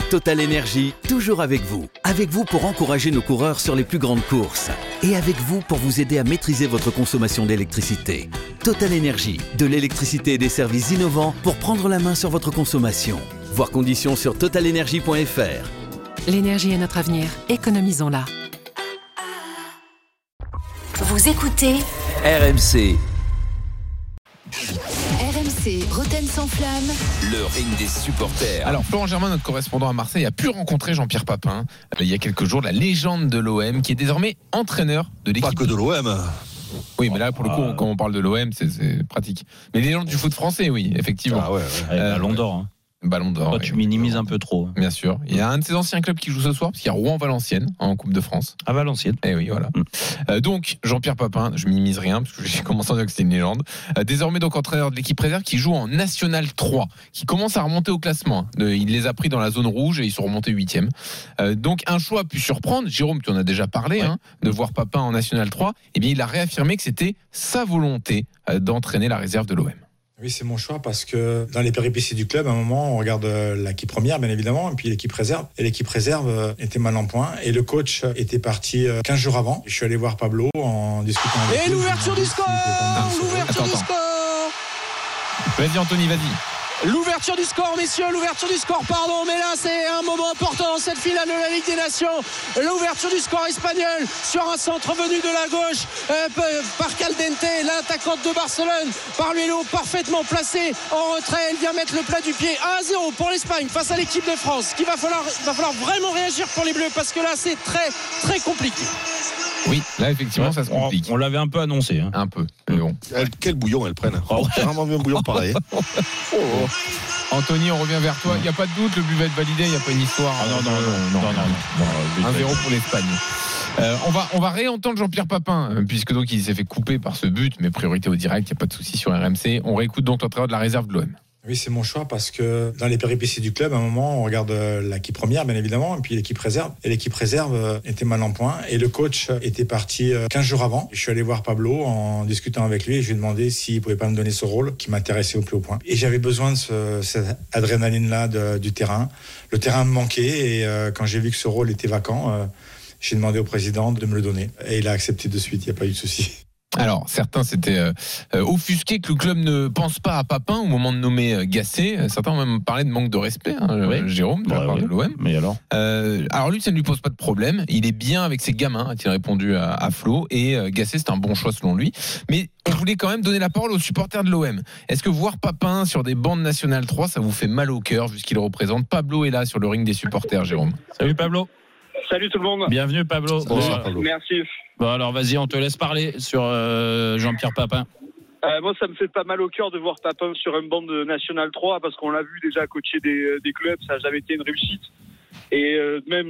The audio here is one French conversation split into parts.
Total Énergie, toujours avec vous. Avec vous pour encourager nos coureurs sur les plus grandes courses. Et avec vous pour vous aider à maîtriser votre consommation d'électricité. Total Énergie, de l'électricité et des services innovants pour prendre la main sur votre consommation. Voir conditions sur totalenergie.fr. L'énergie est notre avenir, économisons-la. Vous écoutez RMC. RMC, Rotten sans flamme. Le ring des supporters. Alors Florent Germain, notre correspondant à Marseille, a pu rencontrer Jean-Pierre Papin il y a quelques jours, la légende de l'OM, qui est désormais entraîneur de l'équipe. Pas que de l'OM. Oui, mais là pour le coup, quand on parle de l'OM, c'est pratique. Mais légende du foot français, oui, effectivement. Ah ouais. Ballon d'or. Hein. Ballon d'or. Toi, tu minimises un peu trop. Bien sûr. Il y a un de ses anciens clubs qui joue ce soir, parce qu'il y a Rouen-Valenciennes en Coupe de France. À Valenciennes. Eh oui, voilà. Donc, Jean-Pierre Papin, je minimise rien, parce que j'ai commencé à dire que c'était une légende. Désormais, donc, entraîneur de l'équipe réserve qui joue en National 3, qui commence à remonter au classement. Il les a pris dans la zone rouge et ils sont remontés 8e. Donc, un choix a pu surprendre. Jérôme, tu en as déjà parlé, de voir Papin en National 3. Eh bien, il a réaffirmé que c'était sa volonté d'entraîner la réserve de l'OM. Oui, c'est mon choix parce que dans les péripéties du club, à un moment, on regarde l'équipe première, bien évidemment, et puis l'équipe réserve. Et l'équipe réserve était mal en point. Et le coach était parti 15 jours avant. Je suis allé voir Pablo en discutant avec lui. Et l'ouverture du score Attends. Vas-y, Anthony, vas-y. L'ouverture du score, messieurs, pardon, mais là c'est un moment important dans cette finale de la Ligue des Nations. L'ouverture du score espagnol sur un centre venu de la gauche par Caldente, l'attaquante de Barcelone. Parluelo parfaitement placé en retrait, elle vient mettre le plat du pied. 1-0 pour l'Espagne face à l'équipe de France. Il va falloir vraiment réagir pour les Bleus parce que là c'est très très compliqué. Oui, là effectivement ça se complique. On l'avait un peu annoncé. Un peu, mais bon. Quel bouillon elles prennent. C'est vraiment bien bouillon pareil. Anthony, on revient vers toi. Il n'y a pas de doute, le but va être validé, il n'y a pas une histoire. Non. 1-0 pour l'Espagne. On va réentendre Jean-Pierre Papin, puisque donc il s'est fait couper par ce but, mais priorité au direct, il n'y a pas de souci sur RMC. On réécoute donc l'entraîneur de la réserve de l'OM. Oui, c'est mon choix parce que dans les péripéties du club, à un moment, on regarde l'équipe première, bien évidemment, et puis l'équipe réserve. Et l'équipe réserve était mal en point. Et le coach était parti 15 jours avant. Je suis allé voir Pablo en discutant avec lui et je lui ai demandé s'il pouvait pas me donner ce rôle qui m'intéressait au plus haut point. Et j'avais besoin de cette adrénaline-là du terrain. Le terrain me manquait et quand j'ai vu que ce rôle était vacant, j'ai demandé au président de me le donner. Et il a accepté de suite, il n'y a pas eu de souci. Alors, certains s'étaient offusqués que le club ne pense pas à Papin au moment de nommer Gasset. Certains ont même parlé de manque de respect, Jérôme, de la part de l'OM. Mais alors lui, ça ne lui pose pas de problème. Il est bien avec ses gamins, a-t-il répondu à Flo. Et Gasset, c'est un bon choix selon lui. Mais on voulait quand même donner la parole aux supporters de l'OM. Est-ce que voir Papin sur des bancs de National 3, ça vous fait mal au cœur, vu ce qu'il représente? Pablo est là sur le ring des supporters, Jérôme. Salut Pablo. Salut tout le monde. Bienvenue Pablo. Bonsoir Pablo. Merci. Bon alors vas-y, on te laisse parler sur Jean-Pierre Papin. Moi ça me fait pas mal au cœur de voir Papin sur un banc de National 3 parce qu'on l'a vu déjà coacher des clubs, ça n'a jamais été une réussite. Et même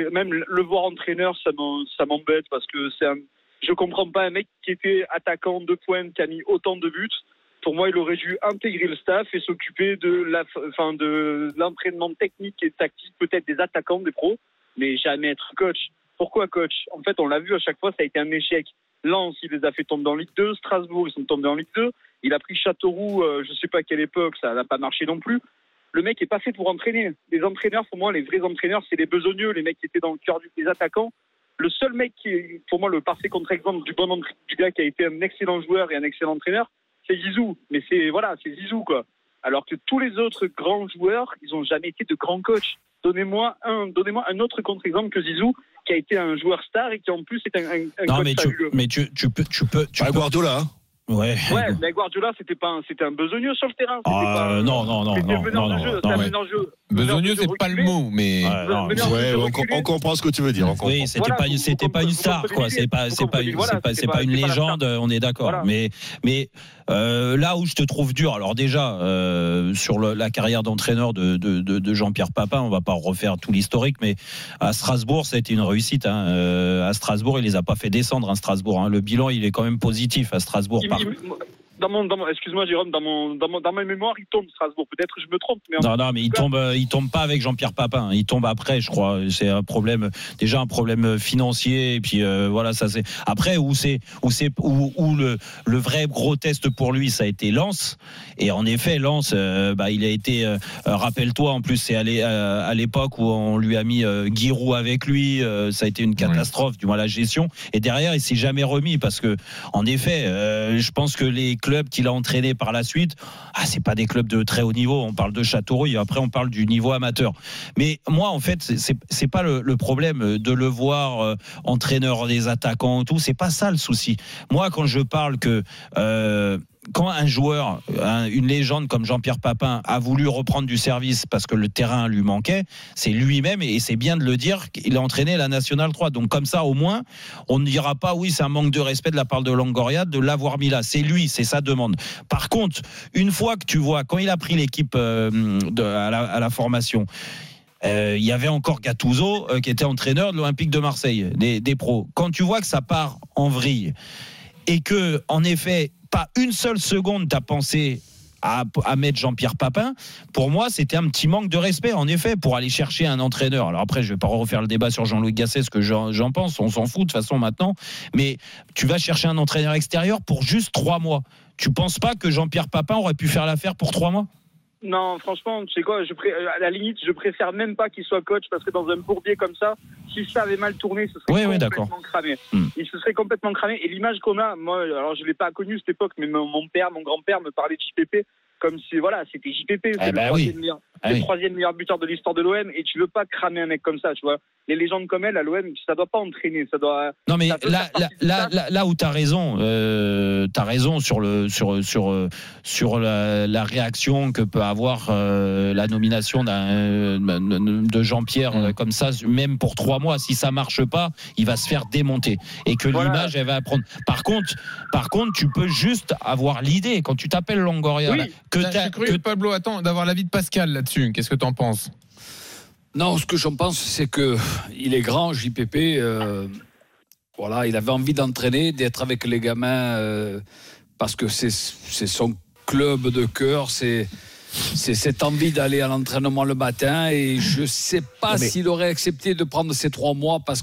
le voir entraîneur, ça m'embête parce que je comprends pas un mec qui était attaquant de pointe, qui a mis autant de buts. Pour moi, il aurait dû intégrer le staff et s'occuper de l'entraînement technique et tactique, peut-être des attaquants, des pros, mais jamais être coach. Pourquoi coach? En fait, on l'a vu à chaque fois, ça a été un échec. Lens, il les a fait tomber en Ligue 2. Strasbourg, ils sont tombés en Ligue 2. Il a pris Châteauroux, je ne sais pas à quelle époque, ça n'a pas marché non plus. Le mec n'est pas fait pour entraîner. Les entraîneurs, pour moi, les vrais entraîneurs, c'est les besogneux, les mecs qui étaient dans le cœur des attaquants. Le seul mec qui est, pour moi, le parfait contre-exemple du gars qui a été un excellent joueur et un excellent entraîneur, c'est Zizou. Mais c'est Zizou, quoi. Alors que tous les autres grands joueurs, ils n'ont jamais été de grands coachs. Donnez-moi un autre contre-exemple que Zizou, qui a été un joueur star et qui en plus est un non, coach fabuleux. Mais tu peux. Guardiola, hein. Ouais, mais Guardiola, c'était un besogneux sur le terrain. Non. C'était un meneur de jeu. Besogneux, c'est pas le mot, mais. On comprend ce que tu veux dire. Oui, c'était pas une star, quoi. C'est pas une légende, on est d'accord. Voilà. Mais là où je te trouve dur, alors déjà, sur la carrière d'entraîneur de Jean-Pierre Papin, on va pas refaire tout l'historique, mais à Strasbourg, ça a été une réussite. À Strasbourg, il les a pas fait descendre, Strasbourg. Le bilan, il est quand même positif à Strasbourg. excuse-moi Jérôme, dans ma mémoire, il tombe Strasbourg. Peut-être je me trompe. Mais mais il tombe pas avec Jean-Pierre Papin. Il tombe après, je crois. C'est un problème financier. Et puis voilà, ça c'est. Après où le vrai gros test pour lui, ça a été Lens. Et en effet, Lens, il a été. Rappelle-toi, en plus, c'est à l'époque où on lui a mis Giroud avec lui. Ça a été une catastrophe, du moins la gestion. Et derrière, il s'est jamais remis parce que, en effet, je pense que les clubs qu'il a entraînés par la suite, c'est pas des clubs de très haut niveau. On parle de Châteauroux, après on parle du niveau amateur. Mais moi, en fait, c'est pas le problème de le voir entraîneur des attaquants, tout. C'est pas ça le souci. Moi, quand je parle que quand un joueur, une légende comme Jean-Pierre Papin a voulu reprendre du service parce que le terrain lui manquait, c'est lui-même, et c'est bien de le dire, qu'il a entraîné la Nationale 3. Donc comme ça, au moins, on ne dira pas oui, c'est un manque de respect de la part de Longoria de l'avoir mis là. C'est lui, c'est sa demande. Par contre, une fois que tu vois, quand il a pris l'équipe à la formation, il y avait encore Gattuso qui était entraîneur de l'Olympique de Marseille, des pros. Quand tu vois que ça part en vrille et que, en effet, pas une seule seconde t'as pensé à mettre Jean-Pierre Papin, pour moi c'était un petit manque de respect, en effet, pour aller chercher un entraîneur. Alors après, je vais pas refaire le débat sur Jean-Louis Gasset, ce que j'en pense, on s'en fout de toute façon maintenant, mais tu vas chercher un entraîneur extérieur pour juste 3 mois. Tu penses pas que Jean-Pierre Papin aurait pu faire l'affaire pour 3 mois ? Non, franchement, tu sais quoi, à la limite, je préfère même pas qu'il soit coach, parce que dans un bourbier comme ça, si ça avait mal tourné, ce serait complètement cramé. Il se serait complètement cramé. Et l'image qu'on a, moi, alors je l'ai pas connu cette époque, mais mon grand-père me parlait de JPP comme si, voilà, c'était JPP, c'est le troisième meilleur buteur de l'histoire de l'OM, et tu veux pas cramer un mec comme ça, tu vois. Les légendes comme elle, à l'OM, ça doit pas entraîner, ça doit. Non mais là où t'as raison sur la réaction que peut avoir la nomination de Jean-Pierre comme ça, même pour 3 mois, si ça marche pas, il va se faire démonter, et que l'image elle va prendre. Par contre, tu peux juste avoir l'idée quand tu t'appelles Longoria. Oui. J'ai cru, Pablo, attends, d'avoir l'avis de Pascal là-dessus. Qu'est-ce que tu en penses ? Non, ce que j'en pense, c'est que il est grand, JPP. Voilà, il avait envie d'entraîner, d'être avec les gamins, parce que c'est son club de cœur. C'est cette envie d'aller à l'entraînement le matin. Et je sais pas s'il aurait accepté de prendre ces 3 mois parce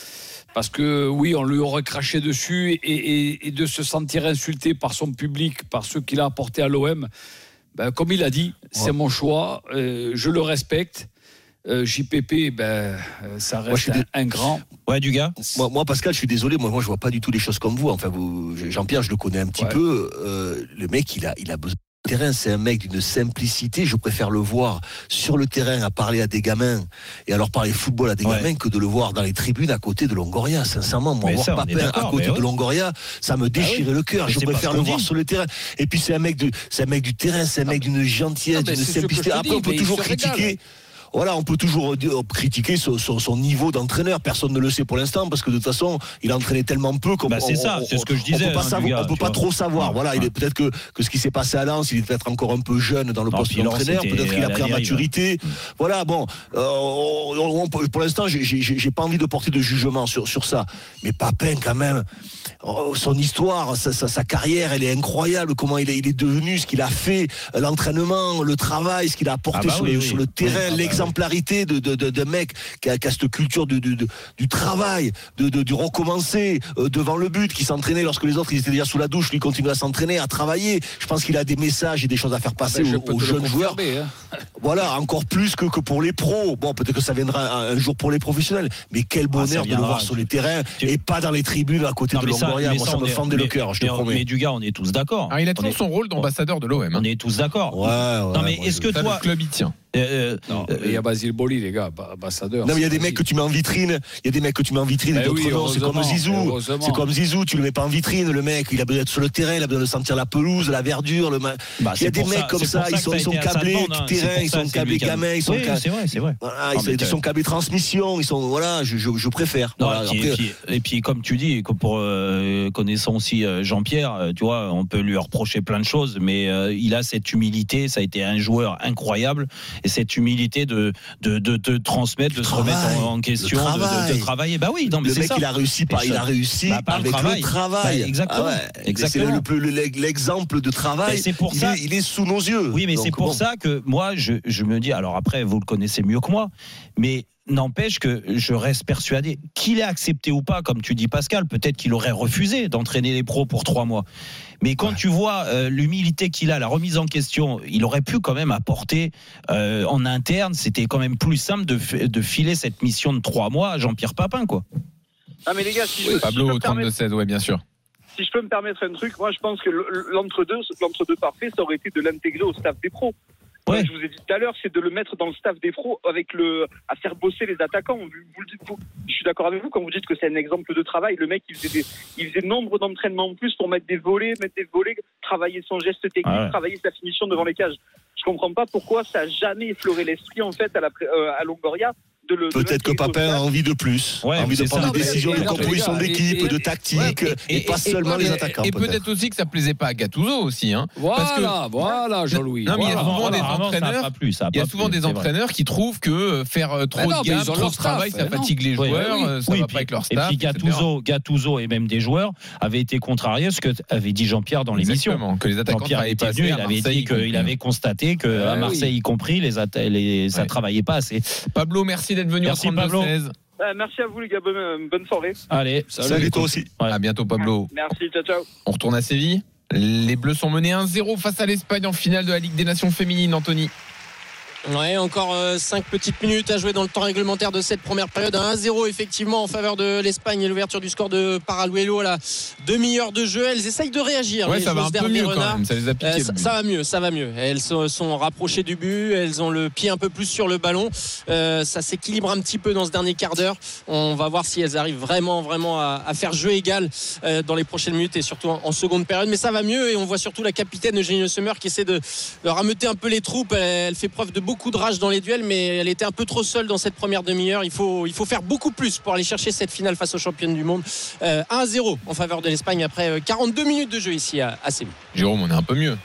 que oui, on lui aurait craché dessus, et de se sentir insulté par son public, par ceux qu'il a apporté à l'OM. Comme il a dit, c'est mon choix, je le respecte. JPP, ça reste un grand. Ouais, du gars. Moi, Pascal, je suis désolé, moi je vois pas du tout les choses comme vous. Enfin, Jean-Pierre, je le connais un petit peu. Le mec, il a besoin. Terrain, c'est un mec d'une simplicité. Je préfère le voir sur le terrain à parler à des gamins et à leur parler football à des gamins que de le voir dans les tribunes à côté de Longoria. Sincèrement, moi, voir Papin à côté de Longoria, ça me déchirait le cœur. Je préfère le voir sur le terrain. Et puis c'est un mec du terrain, c'est un mec d'une gentillesse, d'une simplicité. Après, on peut toujours critiquer. Voilà, on peut toujours critiquer son niveau d'entraîneur. Personne ne le sait pour l'instant parce que de toute façon, il a entraîné tellement peu qu'on c'est ce que je disais. On peut pas trop savoir. Voilà, il est peut-être que ce qui s'est passé à Lens, il est peut-être encore un peu jeune dans le poste d'entraîneur. Peut-être qu'il a pris en maturité. Voilà, bon, pour l'instant, j'ai pas envie de porter de jugement sur ça. Mais Papin, quand même, son histoire, sa carrière, elle est incroyable. Comment il est devenu, ce qu'il a fait, l'entraînement, le travail, ce qu'il a apporté sur le terrain, l'exemplarité de mec qui a cette culture du travail, du recommencer devant le but, qui s'entraînait lorsque les autres ils étaient déjà sous la douche, lui continue à s'entraîner, à travailler. Je pense qu'il a des messages et des choses à faire passer aux jeunes joueurs. Voilà, encore plus que pour les pros. Bon, peut-être que ça viendra un jour pour les professionnels, mais quel bonheur de le voir sur les terrains et pas dans les tribunes à côté de Longoria. Moi, ça me fendait le cœur, je te promets. Mais du gars, on est tous d'accord. Il a toujours son rôle d'ambassadeur de l'OM. On est tous d'accord. Non, mais est-ce que toi, le club y tient? Il y a Basile Boli, les gars, ambassadeur. Non, mais il y a des mecs que tu mets en vitrine. Il y a des mecs que tu mets en vitrine et d'autres non. C'est comme Zizou. C'est comme Zizou. Tu le mets pas en vitrine. Le mec, il a besoin d'être sur le terrain. Il a besoin de sentir la pelouse, la verdure. Il y a des mecs comme ça. Ils sont câblés terrain. Ils sont câblés gamins. Ils sont c'est vrai. Voilà, ils sont câblés transmission. Ils sont voilà. Je préfère. Et puis comme tu dis, pour connaissant aussi Jean-Pierre, tu vois, on peut lui reprocher plein de choses, mais il a cette humilité. Ça a été un joueur incroyable. et cette humilité de transmettre, de se remettre en question, de travailler. Bah oui, non, mais le c'est mec, ça. il a réussi avec le travail. Exactement. Exactement. C'est l'exemple de travail. C'est pour ça. Il est sous nos yeux. Oui, mais c'est pour ça que moi, je me dis. Alors après, vous le connaissez mieux que moi, mais n'empêche que je reste persuadé qu'il ait accepté ou pas, comme tu dis Pascal, peut-être qu'il aurait refusé d'entraîner les pros pour 3 mois. Mais quand tu vois l'humilité qu'il a, la remise en question, il aurait pu quand même apporter en interne. C'était quand même plus simple de filer cette mission de 3 mois à Jean-Pierre Papin, quoi. Ah mais les gars, Pablo au 32-16, ouais, bien sûr. Si je peux me permettre un truc, moi je pense que l'entre-deux parfait, ça aurait été de l'intégrer au staff des pros. Ouais. Je vous ai dit tout à l'heure, c'est de le mettre dans le staff des pros à faire bosser les attaquants. Vous le dites, je suis d'accord avec vous quand vous dites que c'est un exemple de travail. Le mec, il faisait nombre d'entraînements en plus pour mettre des volets, travailler son geste technique, travailler sa finition devant les cages. Je comprends pas pourquoi ça a jamais effleuré l'esprit en fait à Longoria. Peut-être que Papin a envie de plus, envie de prendre des décisions de composition d'équipe, de tactique, et pas seulement les attaquants. Et peut-être aussi que ça plaisait pas à Gattuso aussi, hein. Voilà, Jean-Louis. Non, mais il y a souvent des entraîneurs. Il y a souvent des entraîneurs qui trouvent que faire trop de gamme, trop de travail, ça fatigue les joueurs, ça va pas avec leur staff. Et puis Gattuso et même des joueurs avaient été contrariés, ce que avait dit Jean-Pierre dans l'émission. Exactement, que les attaquants travaillaient pas assez. Il avait dit qu'il avait constaté qu'à Marseille y compris, ça travaillait pas assez. Pablo, merci d'être venu. Merci Pablo. Merci à vous les gars, bonne soirée. Allez, salut toi aussi. À bientôt Pablo. Merci, ciao. On retourne à Séville. Les Bleus sont menés 1-0 face à l'Espagne en finale de la Ligue des Nations féminines, Anthony. Ouais, encore 5 petites minutes à jouer dans le temps réglementaire de cette première période. 1-0 effectivement en faveur de l'Espagne et l'ouverture du score de Paraluelo à la demi-heure de jeu. Elles essayent de réagir. Ouais, ça va un peu mieux quand même. Ça les a piqué. Ça va mieux. Elles se sont rapprochées du but. Elles ont le pied un peu plus sur le ballon. Ça s'équilibre un petit peu dans ce dernier quart d'heure. On va voir si elles arrivent vraiment à faire jeu égal dans les prochaines minutes et surtout en seconde période. Mais ça va mieux et on voit surtout la capitaine Eugénie Le Sommer qui essaie de rameuter un peu les troupes. Elle fait preuve de beaucoup de rage dans les duels, mais elle était un peu trop seule dans cette première demi-heure. Il faut faire beaucoup plus pour aller chercher cette finale face aux championnes du monde. 1-0 en faveur de l'Espagne après 42 minutes de jeu ici à Séville. Jérôme, on est un peu mieux.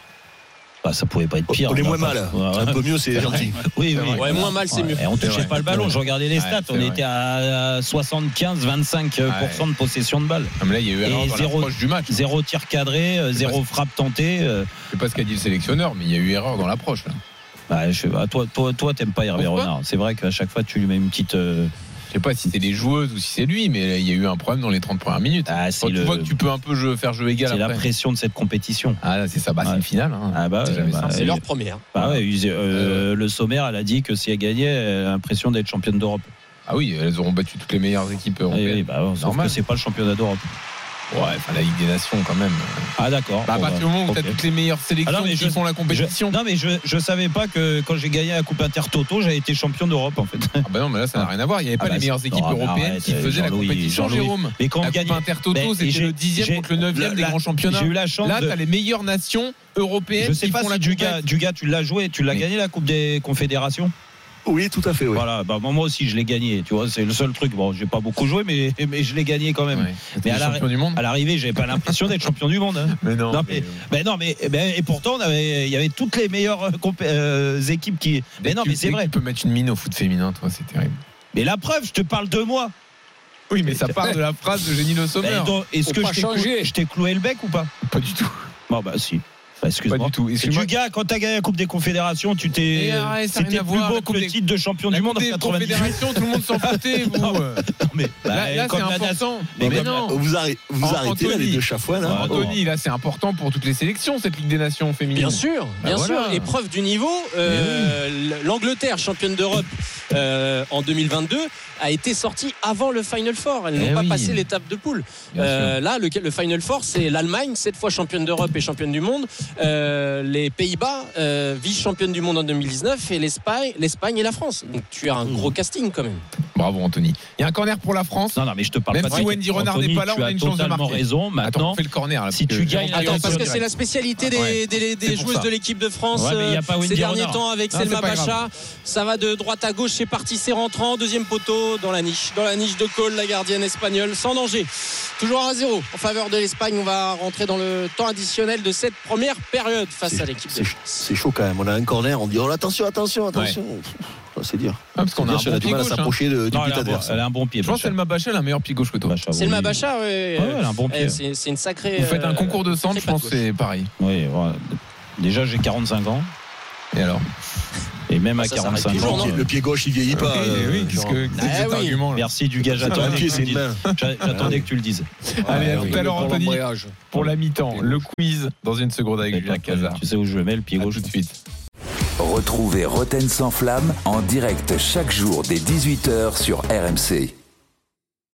Ça pouvait pas être pire. On est moins mal. Un peu mieux, c'est gentil. Oui. Ouais, moins mal, c'est mieux. Et on touchait pas le ballon. Je regardais les stats. On était à 75-25% de possession de balle. Là, il y a eu erreur dans l'approche du match. 0 tir cadré, 0 frappe tentée. Je sais pas ce qu'a dit le sélectionneur, mais il y a eu erreur dans l'approche. Toi, t'aimes pas Hervé Renard. C'est vrai qu'à chaque fois, tu lui mets une petite. Je sais pas si c'est les joueuses ou si c'est lui, mais il y a eu un problème dans les 30 premières minutes. Tu vois que tu peux un peu faire jeu égal. C'est la pression de cette compétition. C'est ça, c'est une finale. C'est leur première. Le Sommer, elle a dit que si elle gagnait, elle a l'impression d'être championne d'Europe. Ah oui, elles auront battu toutes les meilleures équipes européennes. Sauf que c'est pas le championnat d'Europe. Ouais, la Ligue des Nations quand même. Ah d'accord. À partir du moment où tu as toutes les meilleures sélections qui font la compétition. Je savais pas que quand j'ai gagné la Coupe Intertoto, j'avais été champion d'Europe en fait. Non, mais là ça n'a rien à voir. Il n'y avait pas les meilleures équipes européennes qui faisaient la compétition, Jérôme. Mais quand la Coupe Intertoto, c'était le 10e contre le 9e des grands championnats. J'ai eu la chance. Là, tu as les meilleures nations européennes. Je sais pas si Dugas, tu l'as joué, tu l'as gagné la Coupe des Confédérations. Oui, tout à fait. Oui. Voilà, moi aussi je l'ai gagné. Tu vois, c'est le seul truc. Bon, j'ai pas beaucoup joué, mais je l'ai gagné quand même. Ouais. Mais à l'arrivée, j'avais pas l'impression d'être champion du monde. Hein. Mais non. Et pourtant, il y avait toutes les meilleures équipes qui. Mais c'est vrai. Tu peux mettre une mine au foot féminin, toi, c'est terrible. Mais la preuve, je te parle de moi. Oui, mais ça part de la phrase de Eugénie Le Sommer. Est-ce que je t'ai cloué le bec ou pas? Pas du tout. Bon, si. Excuse-moi. Pas du tout. Dugas, quand t'as gagné la Coupe des Confédérations, c'était plus beau que le titre de champion du monde en 98. Tout le monde s'en foutait, vous. Là, c'est important. Mais non. Vous arrêtez là, les deux chafouins là. Anthony, là, c'est important pour toutes les sélections, cette Ligue des Nations féminines. Bien sûr. Épreuve du niveau. L'Angleterre, championne d'Europe en 2022, a été sortie avant le Final Four. Elles n'ont pas passé l'étape de poule. Là, le Final Four, c'est l'Allemagne, cette fois championne d'Europe et championne du monde. Les Pays-Bas, vice-championne du monde en 2019, et l'Espagne et la France. Donc tu as un gros casting quand même. Bravo Anthony. Il y a un corner pour la France. Non, mais je te parle même pas. Si Wendy Renard n'est pas là, on a une chance de marquer. Raison. Maintenant, on fait le corner. Là, si tu gagnes, parce que c'est la spécialité des joueuses de l'équipe de France ces derniers temps avec Selma Bacha. Ça va de droite à gauche, c'est parti, c'est rentrant. Deuxième poteau dans la niche de Cole, la gardienne espagnole, sans danger. Toujours 1-0 en faveur de l'Espagne. On va rentrer dans le temps additionnel de cette première première période face à l'équipe de France. C'est chaud quand même. On a un corner, on dit attention. C'est dire. Parce qu'on a un du mal à s'approcher du but adverse. Elle a un bon pied. Je pense que le Mabacha a un meilleur pied gauche que toi. C'est le Mabacha, oui. Elle a un bon pied. C'est une sacrée. Vous faites un concours de centre, je pense que c'est pareil. Oui, voilà. Déjà, j'ai 45 ans. Et alors ? Et même à 45 ans. Le pied gauche, il vieillit pas. Oui, qu'est-ce que cet argument là ? Merci du gars, j'attendais que tu le dises. Allez, à tout à l'heure, Anthony, pour la mi-temps. Le quiz dans une seconde avec Julien Cazard. Tu sais où je le mets, le pied gauche tout de suite. Retrouvez Roten sans flamme en direct chaque jour dès 18h sur RMC.